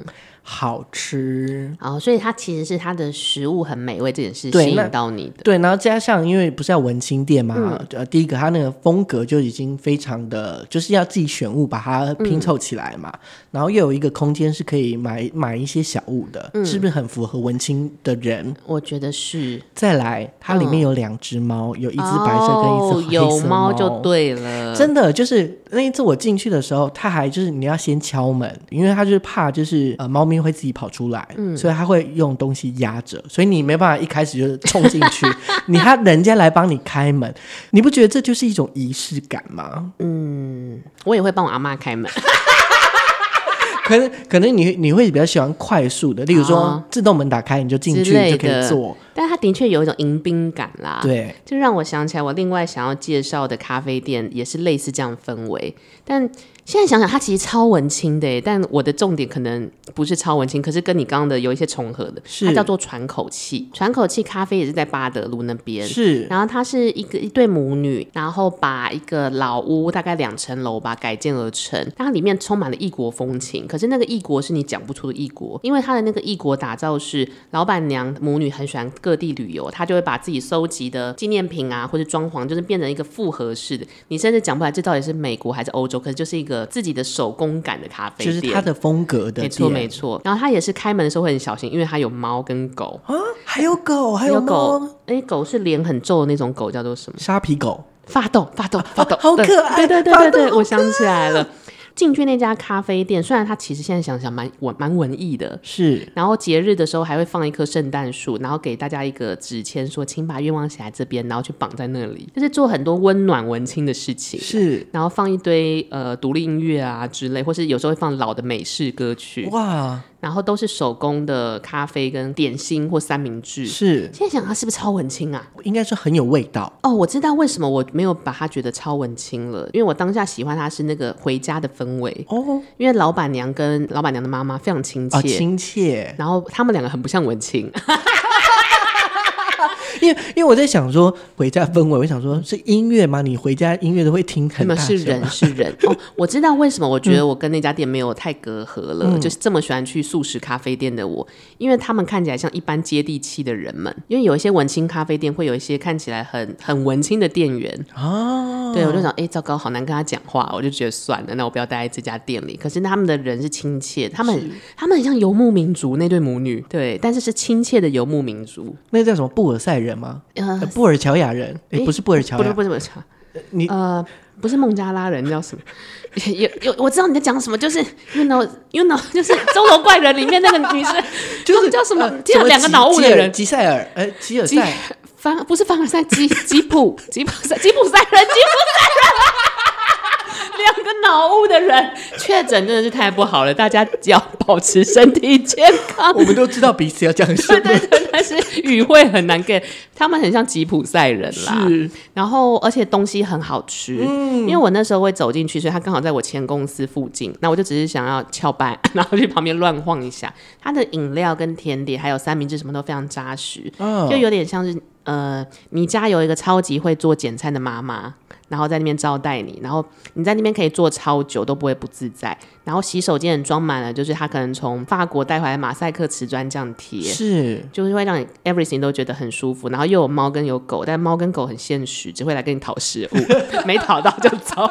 好吃哦，所以它其实是它的食物很美味这件事吸引到你的。 对，然后加上因为不是要文青店嘛、嗯呃、第一个它那个风格就已经非常的就是要自己选物把它拼凑起来嘛、嗯、然后又有一个空间是可以买买一些小物的、嗯、是不是很符合文青的人？ 我觉得是。 再来它里面有两只猫、嗯、有一只白色跟一只黑色猫、哦、 有猫就对了， 真的就是那一次我进去的时候它还就是你要先敲门，因为它就是怕就是呃猫咪会自己跑出来、嗯、所以它会用东西压着，所以你没办法一开始就冲进去你他人家来帮你开门，你不觉得这就是一种仪式感吗？ 嗯，我也会帮我阿嬷开门可能可能你你会比较喜欢快速的，例如说自动门打开你就进去就可以坐， 但它的确有一种迎宾感啦。 对， 就让我想起来我另外想要介绍的咖啡店也是类似这样的氛围，但现在想想它其实超文青的耶，但我的重点可能不是超文青，可是跟你刚刚的有一些重合的，它叫做喘口气。喘口气咖啡也是在八德路那边， 是， 然后它是一个一对母女，然后把一个老屋大概两层楼吧改建而成，它里面充满了异国风情，可是那个异国是你讲不出的异国，因为它的那个异国打造是老板娘母女很喜欢各地旅游，她就会把自己收集的纪念品啊或者装潢就是变成一个复合式的，你甚至讲不来这到底是美国还是欧洲，可是就是一个自己的手工感的咖啡店， 就是它的风格的店， 没错没错。然后它也是开门的时候会很小心，因为它有猫跟狗啊，还有狗还有猫， 哎，狗是脸很皱的那种狗，叫做什么？ 沙皮狗， 发豆发豆发豆、 啊，好可爱， 对对对对对，我想起来了。进去那家咖啡店，虽然它其实现在想想蛮文蛮文艺的， 是， 然后节日的时候还会放一棵圣诞树，然后给大家一个纸签说请把愿望写在这边，然后去绑在那里，就是做很多温暖文青的事情， 是， 然后放一堆呃独立音乐啊之类，或是有时候会放老的美式歌曲， 哇， 然后都是手工的咖啡跟点心或三明治， 是， 现在想它是不是超文青啊？ 应该是很有味道哦。我知道为什么我没有把它觉得超文青了，因为我当下喜欢它是那个回家的氛围哦， 因为老板娘跟老板娘的妈妈非常亲切、哦、 亲切， 然后他们两个很不像文青因为因为我在想说回家氛围，我想说是音乐吗？你回家音乐都会听很大声吗？ 是人是人哦，我知道为什么我觉得我跟那家店没有太隔阂了、嗯、就是这么喜欢去素食咖啡店的我，因为他们看起来像一般接地气的人们，因为有一些文青咖啡店会有一些看起来很很文青的店员哦，对，我就想哎，糟糕，好难跟他讲话，我就觉得算了，那我不要待在这家店里。可是他们的人是亲切，他们他们很像游牧民族那对母女，对，但是是亲切的游牧民族。 那叫什么布尔赛人吗？呃，布尔乔亚人，哎，不是布尔乔亚， 不是不是布尔乔，你呃，不是孟加拉人，叫什么？有有，我知道你在讲什么，就是 you know you know， 就是《钟楼怪人》里面那个女生，就是叫什么？呃、两个脑雾的人， 吉赛尔，呃，吉尔赛， 凡不是凡尔赛，吉吉普吉普赛吉普赛人，吉普赛人。两个脑雾的人确诊真的是太不好了，大家只要保持身体健康。 我们都知道彼此要讲什么， 对对对，但是语汇很难 get。他们很像吉普赛人啦，是，然后而且东西很好吃、嗯、因为我那时候会走进去，所以他刚好在我前公司附近，那我就只是想要翘班，然后去旁边乱晃一下。他的饮料跟甜点还有三明治什么都非常扎实、哦、就有点像是呃，你家有一个超级会做简餐的妈妈，然后在那边招待你，然后你在那边可以坐超久都不会不自在，然后洗手间装满了就是他可能从法国带回来马赛克瓷砖这样贴， 是， 就是会让你 everything 都觉得很舒服，然后又有猫跟有狗，但猫跟狗很现实，只会来跟你讨食物没讨到就走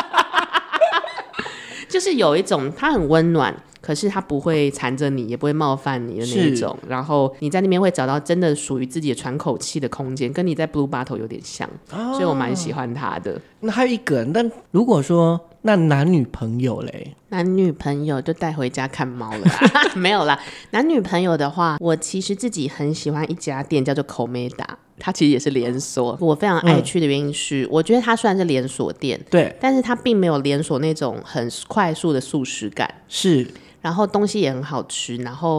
就是有一种它很温暖，可是它不会缠着你，也不会冒犯你的那一种，然后你在那边会找到真的属于自己的喘口气的空间，跟你在 Blue Bottle 有点像、哦、所以我蛮喜欢它的。 那还有一个，但如果说那男女朋友嘞， 男女朋友就带回家看猫了啦没有啦，男女朋友的话，我其实自己很喜欢一家店叫做 Komeda，它其实也是连锁，我非常爱去的原因是、嗯、我觉得它虽然是连锁店， 对， 但是它并没有连锁那种很快速的速食感， 是， 然后东西也很好吃，然后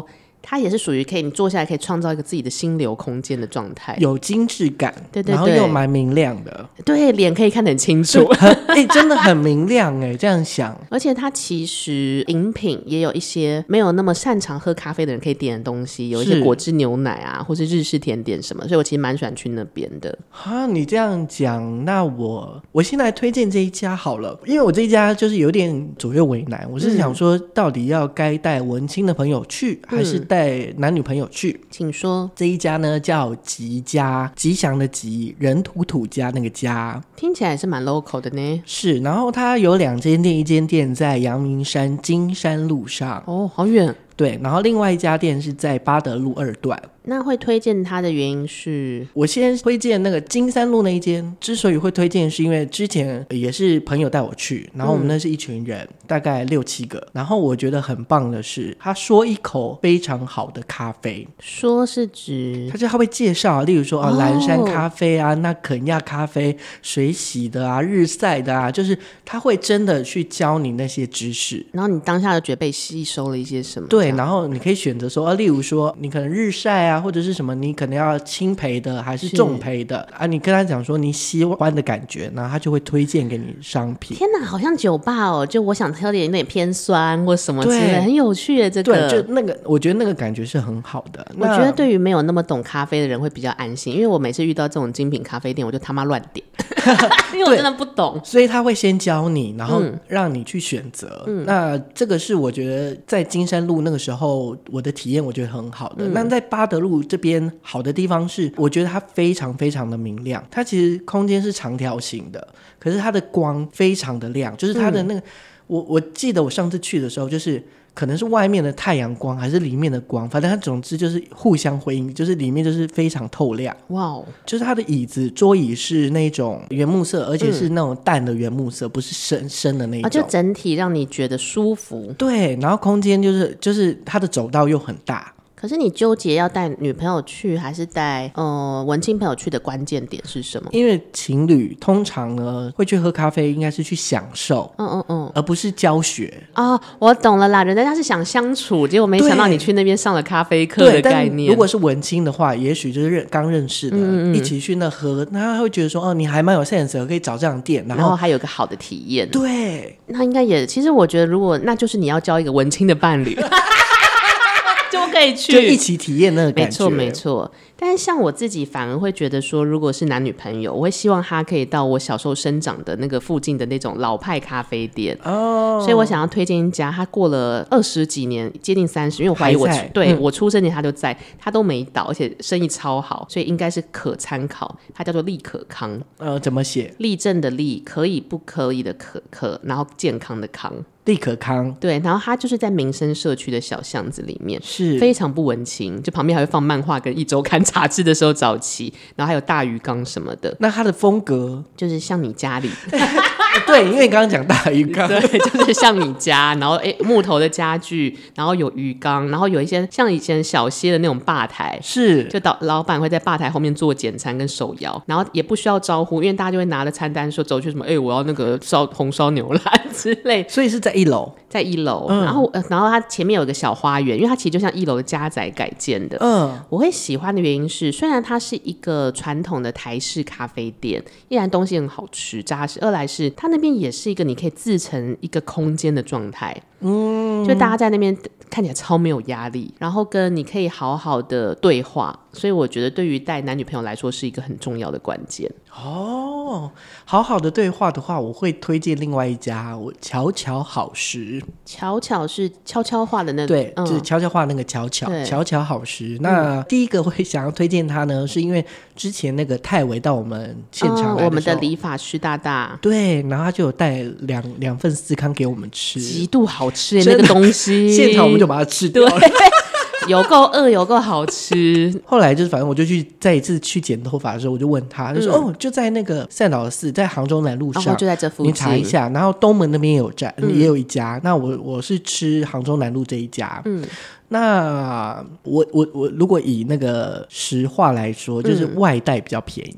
它也是属于可以你坐下来可以创造一个自己的心流空间的状态， 有精致感， 对对对， 然后又蛮明亮的， 对，脸可以看得很清楚， 哎、欸，真的很明亮哎，这样想。 而且它其实饮品也有一些没有那么擅长喝咖啡的人可以点的东西，有一些果汁牛奶啊，或是日式甜点什么，所以我其实蛮喜欢去那边的。 啊，你这样讲，那我我先来推荐这一家好了，因为我这一家就是有点左右为难，我是想说到底要该带文青的朋友去，嗯、还是带男女朋友去？ 请说。 这一家呢叫吉家，吉祥的吉，人土土家那个家， 听起来也是蛮 local 的呢。 是，然后它有两间店，一间店在阳明山金山路上， 哦，好远。 对，然后另外一家店是在八德路二段。 那会推荐它的原因是， 我先推荐那个金山路那一间，之所以会推荐是因为之前也是朋友带我去，然后我们那是一群人、嗯、大概六七个，然后我觉得很棒的是他说一口非常好的咖啡。 说是指他就他会介绍，例如说啊，蓝山咖啡啊，那肯亚咖啡，水洗的啊，日晒的啊，就是他会真的去教你那些知识， 然后你当下就觉得被吸收了一些什么。 对，然后你可以选择说、啊、例如说你可能日晒啊，或者是什么你可能要轻焙的还是重焙的啊，你跟他讲说你喜欢的感觉，然后他就会推荐给你商品。 天哪，好像酒吧哦，就我想喝点有点偏酸或什么之类，很有趣耶。这个对，就那个我觉得那个感觉是很好的。 我觉得对于没有那么懂咖啡的人会比较安心，因为我每次遇到这种精品咖啡店我就他妈乱点因为我真的不懂， 所以他会先教你，然后让你去选择、嗯、那这个是我觉得在金山路那个时候我的体验我觉得很好的、嗯、那在八德路这边好的地方是我觉得它非常非常的明亮，它其实空间是长条形的，可是它的光非常的亮，就是它的那个、嗯、我我记得我上次去的时候就是可能是外面的太阳光还是里面的光，反正它总之就是互相辉映，就是里面就是非常透亮。哇哦！就是它的椅子桌椅是那种原木色，而且是那种淡的原木色、嗯、不是深深的那种、啊、 就整体让你觉得舒服。 对，然后空间就是就是它的走道又很大。 可是你纠结要带女朋友去还是带呃文青朋友去的关键点是什么？ 因为情侣通常呢会去喝咖啡应该是去享受，嗯嗯嗯，而不是教学啊、哦。我懂了啦，人家是想相处，结果没想到你去那边上了咖啡课的概念。 如果是文青的话，也许就是刚认识的、嗯嗯、一起去那喝，那他会觉得说哦，你还蛮有 sense 可以找这样的店，然后, 然后还有个好的体验。 对， 那应该也其实我觉得如果那就是你要交一个文青的伴侣就可以去， 就一起体验那个感觉。 没错没错。但是像我自己反而会觉得说，如果是男女朋友，我会希望他可以到我小时候生长的那个附近的那种老派咖啡店哦。所以我想要推荐一家，他过了二十几年，接近三十，因为我怀疑我对、嗯、我出生年他就在，他都没倒，而且生意超好，所以应该是可参考。它叫做利可康， 呃，怎么写？ 立正的立，可以不可以的可可，然后健康的康。 利可康， 对，然后它就是在民生社区的小巷子里面， 是非常不文青，就旁边还会放漫画跟一周刊杂志的时候早期，然后还有大鱼缸什么的。 那它的风格就是像你家里对，因为你刚刚讲大鱼缸对，就是像你家，然后哎木头的家具，然后有鱼缸，然后有一些像以前小歇的那种吧台， 是就老老板会在吧台后面做简餐跟手摇，然后也不需要招呼，因为大家就会拿着餐单说走去什么哎我要那个烧红烧牛腩之类， 所以是在一楼， 在一楼、嗯、然后、呃、然后它前面有一个小花园，因为它其实就像一楼的家宅改建的。嗯，我会喜欢的原因是虽然它是一个传统的台式咖啡店，一来东西很好吃扎实，二来是它那边也是一个你可以自成一个空间的状态。嗯，就大家在那边看起来超没有压力，然后跟你可以好好的对话，所以我觉得对于带男女朋友来说是一个很重要的关键。 哦，好好的对话的话，我会推荐另外一家，我巧巧好食。 巧巧是悄悄话的那个， 对、 嗯， 就是悄悄话那个巧巧，巧巧好食。那、嗯、第一个会想要推荐它呢，是因为之前那个泰维到我们现场来的时候、嗯、 我们的理发师大大， 对，然后他就有带两两份司康给我们吃， 极度好吃的那个东西， 现场我们就把它吃掉了。 有够饿有够好吃。 后来就是反正我就去再一次去剪头发的时候，我就问他，就说、嗯、哦就在那个善导寺，在杭州南路上、 哦、就在这附近， 你查一下。然后东门那边也有站、嗯、也有一家，那我我是吃杭州南路这一家。嗯，那我我我如果以那个实话来说，就是外带比较便宜、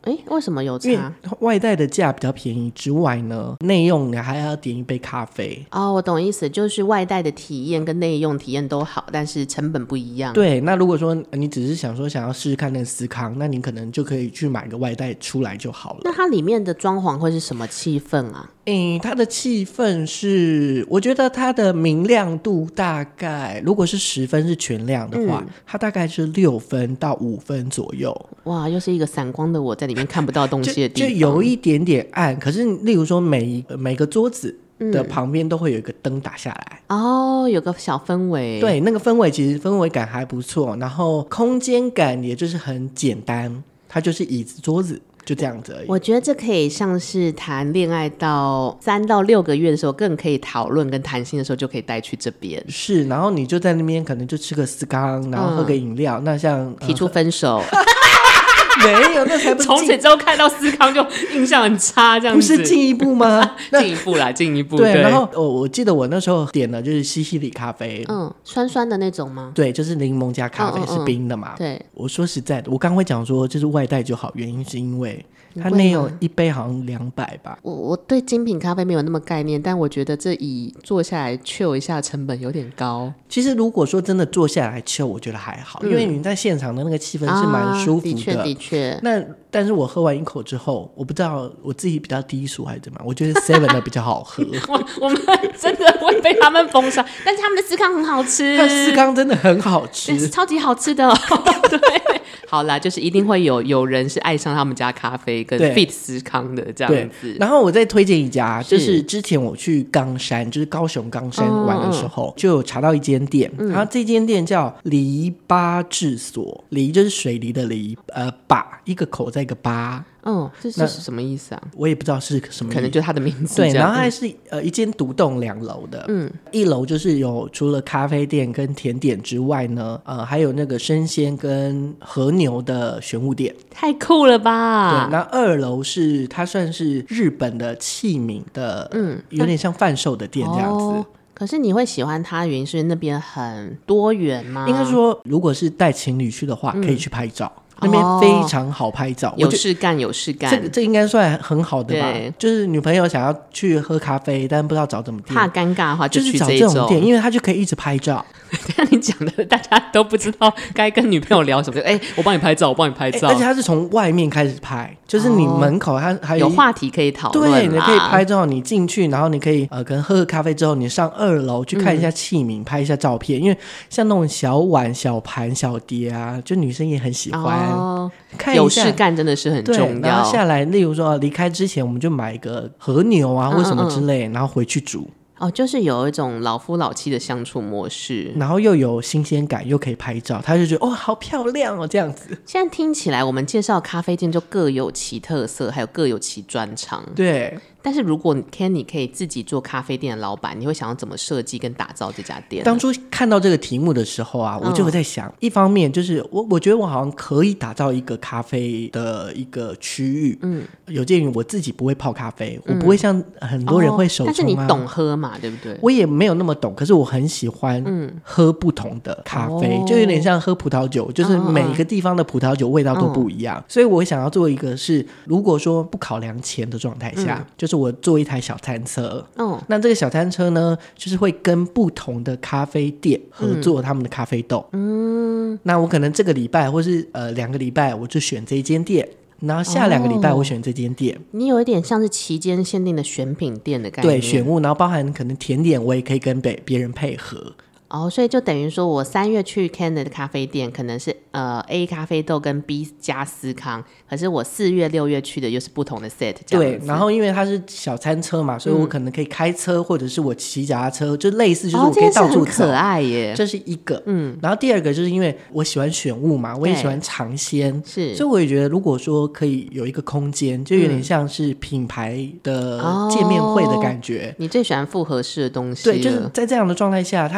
哎，为什么有差？ 因为外带的价比较便宜之外呢，内用你还要点一杯咖啡。 哦，我懂意思，就是外带的体验跟内用体验都好，但是成本不一样。 对，那如果说你只是想说想要试试看那个司康，那你可能就可以去买个外带出来就好了。 那它里面的装潢会是什么气氛啊？ 嗯，它的气氛是，我觉得它的明亮度大概，如果是十分是全亮的话，嗯、它大概是六分到五分左右。 哇，又是一个散光的我在里面看不到东西的地方， 就, 就有一点点暗。可是，例如说每每个桌子的旁边都会有一个灯打下来、 嗯、哦，有个小氛围。 对，那个氛围其实氛围感还不错，然后空间感也就是很简单，它就是椅子桌子。就这样子而已。 我觉得这可以像是谈恋爱到三到六个月的时候，更可以讨论跟谈心的时候就可以带去这边。 是，然后你就在那边可能就吃个司康，然后喝个饮料、嗯、那像提出分手、呃没有，那才不是。 从此之后看到司康就印象很差，这样子。 不是进一步吗？ 进一步啦，进一步。 对，然后我、哦、我记得我那时候点的就是西西里咖啡， 嗯，酸酸的那种吗？ 对，就是柠檬加咖啡， 嗯嗯嗯是冰的嘛。 对， 我说实在的，我刚会讲说就是外带就好，原因是因为它内有一杯好像两百吧。 我我对精品咖啡没有那么概念，但我觉得这以坐下来 chill 一下成本有点高。 其实如果说真的坐下来 chill， 我觉得还好、嗯，因为你在现场的那个气氛是蛮舒服的。啊、的确的确。那但是我喝完一口之后，我不知道我自己比较低俗还是怎么样，我觉得 seven 的比较好喝。 我, 我们真的会被他们封杀，但是他们的司康很好吃， 他司康真的很好吃， 超级好吃的、哦。对，好啦，就是一定会有有人是爱上他们家咖啡跟 fit 司康的这样子。然后我再推荐一家，就是之前我去冈山，就是高雄冈山玩的时候，嗯、就有查到一间店，嗯、然后这间店叫篱笆治所，篱就是水梨的梨，呃，笆一个口在一个八。 嗯，这是什么意思啊？ 我也不知道是什么意思， 可能就是它的名字。 对，然后还是、嗯、呃一间独栋两楼的，嗯，一楼就是有除了咖啡店跟甜点之外呢，呃，还有那个生鲜跟和牛的玄武店， 太酷了吧？ 对，那二楼是它算是日本的器皿的，嗯，有点像贩售的店这样子。哦， 可是你会喜欢它的原因是那边很多元吗？ 应该说，如果是带情侣去的话，可以去拍照。嗯，那边非常好拍照，哦、 有事干有事干， 这这应该算很好的吧？就是女朋友想要去喝咖啡，但不知道找怎么店， 怕尴尬的话就去这种，就是找这种店，因为他就可以一直拍照。 但你讲的大家都不知道该跟女朋友聊什么，哎、欸，我帮你拍照，我帮你拍照， 而且他是从外面开始拍，就是你门口他还 有,、 哦、有话题可以讨论， 对，你可以拍照，你进去，然后你可以呃，可能喝个咖啡之后，你上二楼去看一下器皿，嗯、拍一下照片，因为像那种小碗、小盘、小碟啊，就女生也很喜欢。哦，看一下有事干真的是很重要。 然后下来，例如说离开之前，我们就买一个和牛啊，或什么之类，嗯嗯然后回去煮。 哦，就是有一种老夫老妻的相处模式， 然后又有新鲜感，又可以拍照，他就觉得哦，好漂亮哦，这样子。 现在听起来，我们介绍咖啡店就各有其特色，还有各有其专长。 对。 但是如果 Kenny 可以自己做咖啡店的老板，你会想要怎么设计跟打造这家店？ 当初看到这个题目的时候啊，我就会在想，嗯、一方面就是我我觉得我好像可以打造一个咖啡的一个区域，嗯，有鉴于我自己不会泡咖啡，嗯、我不会像很多人会手冲、啊哦、 但是你懂喝嘛，对不对？ 我也没有那么懂，可是我很喜欢喝不同的咖啡，嗯、就有点像喝葡萄酒，就是每一个地方的葡萄酒味道都不一样，嗯、所以我想要做一个是，如果说不考量钱的状态下，嗯、就是我做一台小餐车，哦，那这个小餐车呢，就是会跟不同的咖啡店合作他们的咖啡豆，嗯，那我可能这个礼拜或是呃两个礼拜我就选这一间店，然后下两个礼拜我选这间店，哦， 你有一点像是期间限定的选品店的概念， 对，选物，然后包含可能甜点我也可以跟别别人配合。 哦，所以就等于说我三月去 Ken 的咖啡店可能是呃 A 咖啡豆跟 B 加司康，可是我四月六月去的又是不同的 set 这样子。 对，然后因为它是小餐车嘛，所以我可能可以开车，嗯、或者是我骑脚踏车，就类似就是我可以到处走， 哦，这是很可爱耶。 这是一个，嗯，然后第二个就是因为我喜欢选物嘛，我也喜欢尝鲜，是，所以我也觉得如果说可以有一个空间，就有点像是品牌的见面会的感觉。 哦，你最喜欢复合式的东西， 对，就是在这样的状态下，它可能也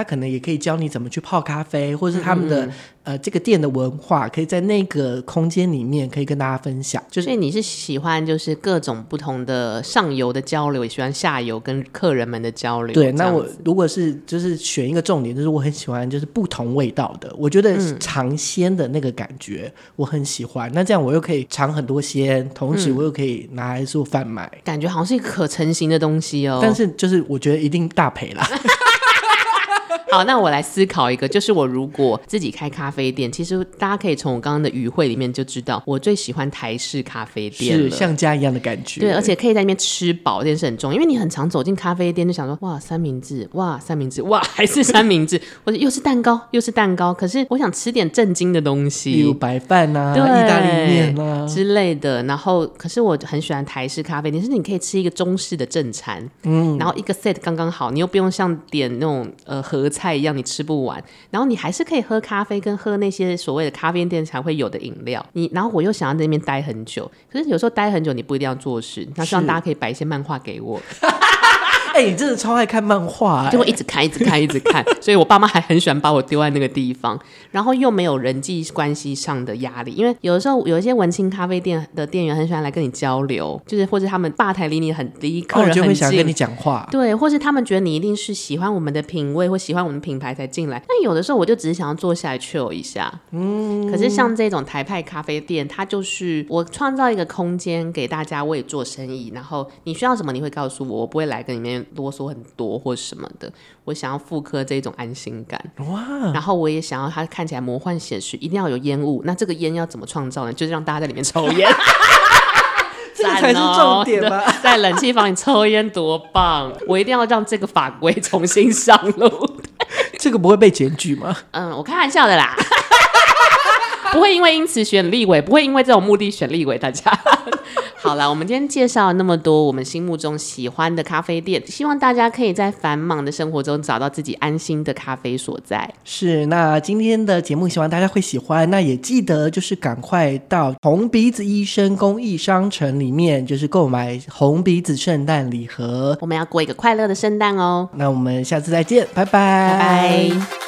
可以教你怎么去泡咖啡，或者是他们的、嗯、呃这个店的文化，可以在那个空间里面可以跟大家分享。 就是所以你是喜欢就是各种不同的上游的交流，也喜欢下游跟客人们的交流。 对，那我如果是就是选一个重点，就是我很喜欢就是不同味道的，我觉得尝鲜的那个感觉我很喜欢、嗯、那这样我又可以尝很多鲜，同时我又可以拿来做贩卖、嗯、 感觉好像是一个可成型的东西哦。 但是就是我觉得一定大赔啦好，那我来思考一个，就是我如果自己开咖啡店，其实大家可以从我刚刚的语汇里面就知道我最喜欢台式咖啡店了， 是像家一样的感觉。 对，而且可以在那边吃饱，这件事很重要，因为你很常走进咖啡店就想说哇三明治，哇三明治，哇还是三明治或者又是蛋糕又是蛋糕，可是我想吃点正经的东西， 比如白饭啊，意大利面啊之类的。然后可是我很喜欢台式咖啡店，是你可以吃一个中式的正餐，嗯，然后一个 set 刚刚好，你又不用像点那种呃合菜一样你吃不完，然后你还是可以喝咖啡跟喝那些所谓的咖啡店才会有的饮料。你然后我又想要在那边待很久，可是有时候待很久你不一定要做事，那希望大家可以摆一些漫画给我哎、欸，你真的超爱看漫画、欸， 就会一直看一直看一直看所以我爸妈还很喜欢把我丢在那个地方，然后又没有人际关系上的压力，因为有的时候有一些文青咖啡店的店员很喜欢来跟你交流，就是或者他们吧台离你很离客人很近、哦、 就会想跟你讲话， 对，或是他们觉得你一定是喜欢我们的品味或喜欢我们的品牌才进来，但有的时候我就只是想要坐下来 chill 一下。嗯，可是像这种台派咖啡店，它就是我创造一个空间给大家，我也做生意，然后你需要什么你会告诉我，我不会来跟里面啰嗦很多或什么的，我想要复刻这种安心感。哇！然后我也想要它看起来魔幻写实，一定要有烟雾。那这个烟要怎么创造呢？就是让大家在里面抽烟。 这才是重点吧？ 在冷气房里抽烟多棒！我一定要让这个法规重新上路。 这个不会被检举吗？ 嗯，我开玩笑的啦。不会因为因此选立委，不会因为这种目的选立委，大家。好啦，我们今天介绍了那么多我们心目中喜欢的咖啡店，希望大家可以在繁忙的生活中找到自己安心的咖啡所在。 是，那今天的节目希望大家会喜欢，那也记得就是赶快到红鼻子医生公益商城里面，就是购买红鼻子圣诞礼盒， 我们要过一个快乐的圣诞哦。 那我们下次再见，拜拜， 拜拜。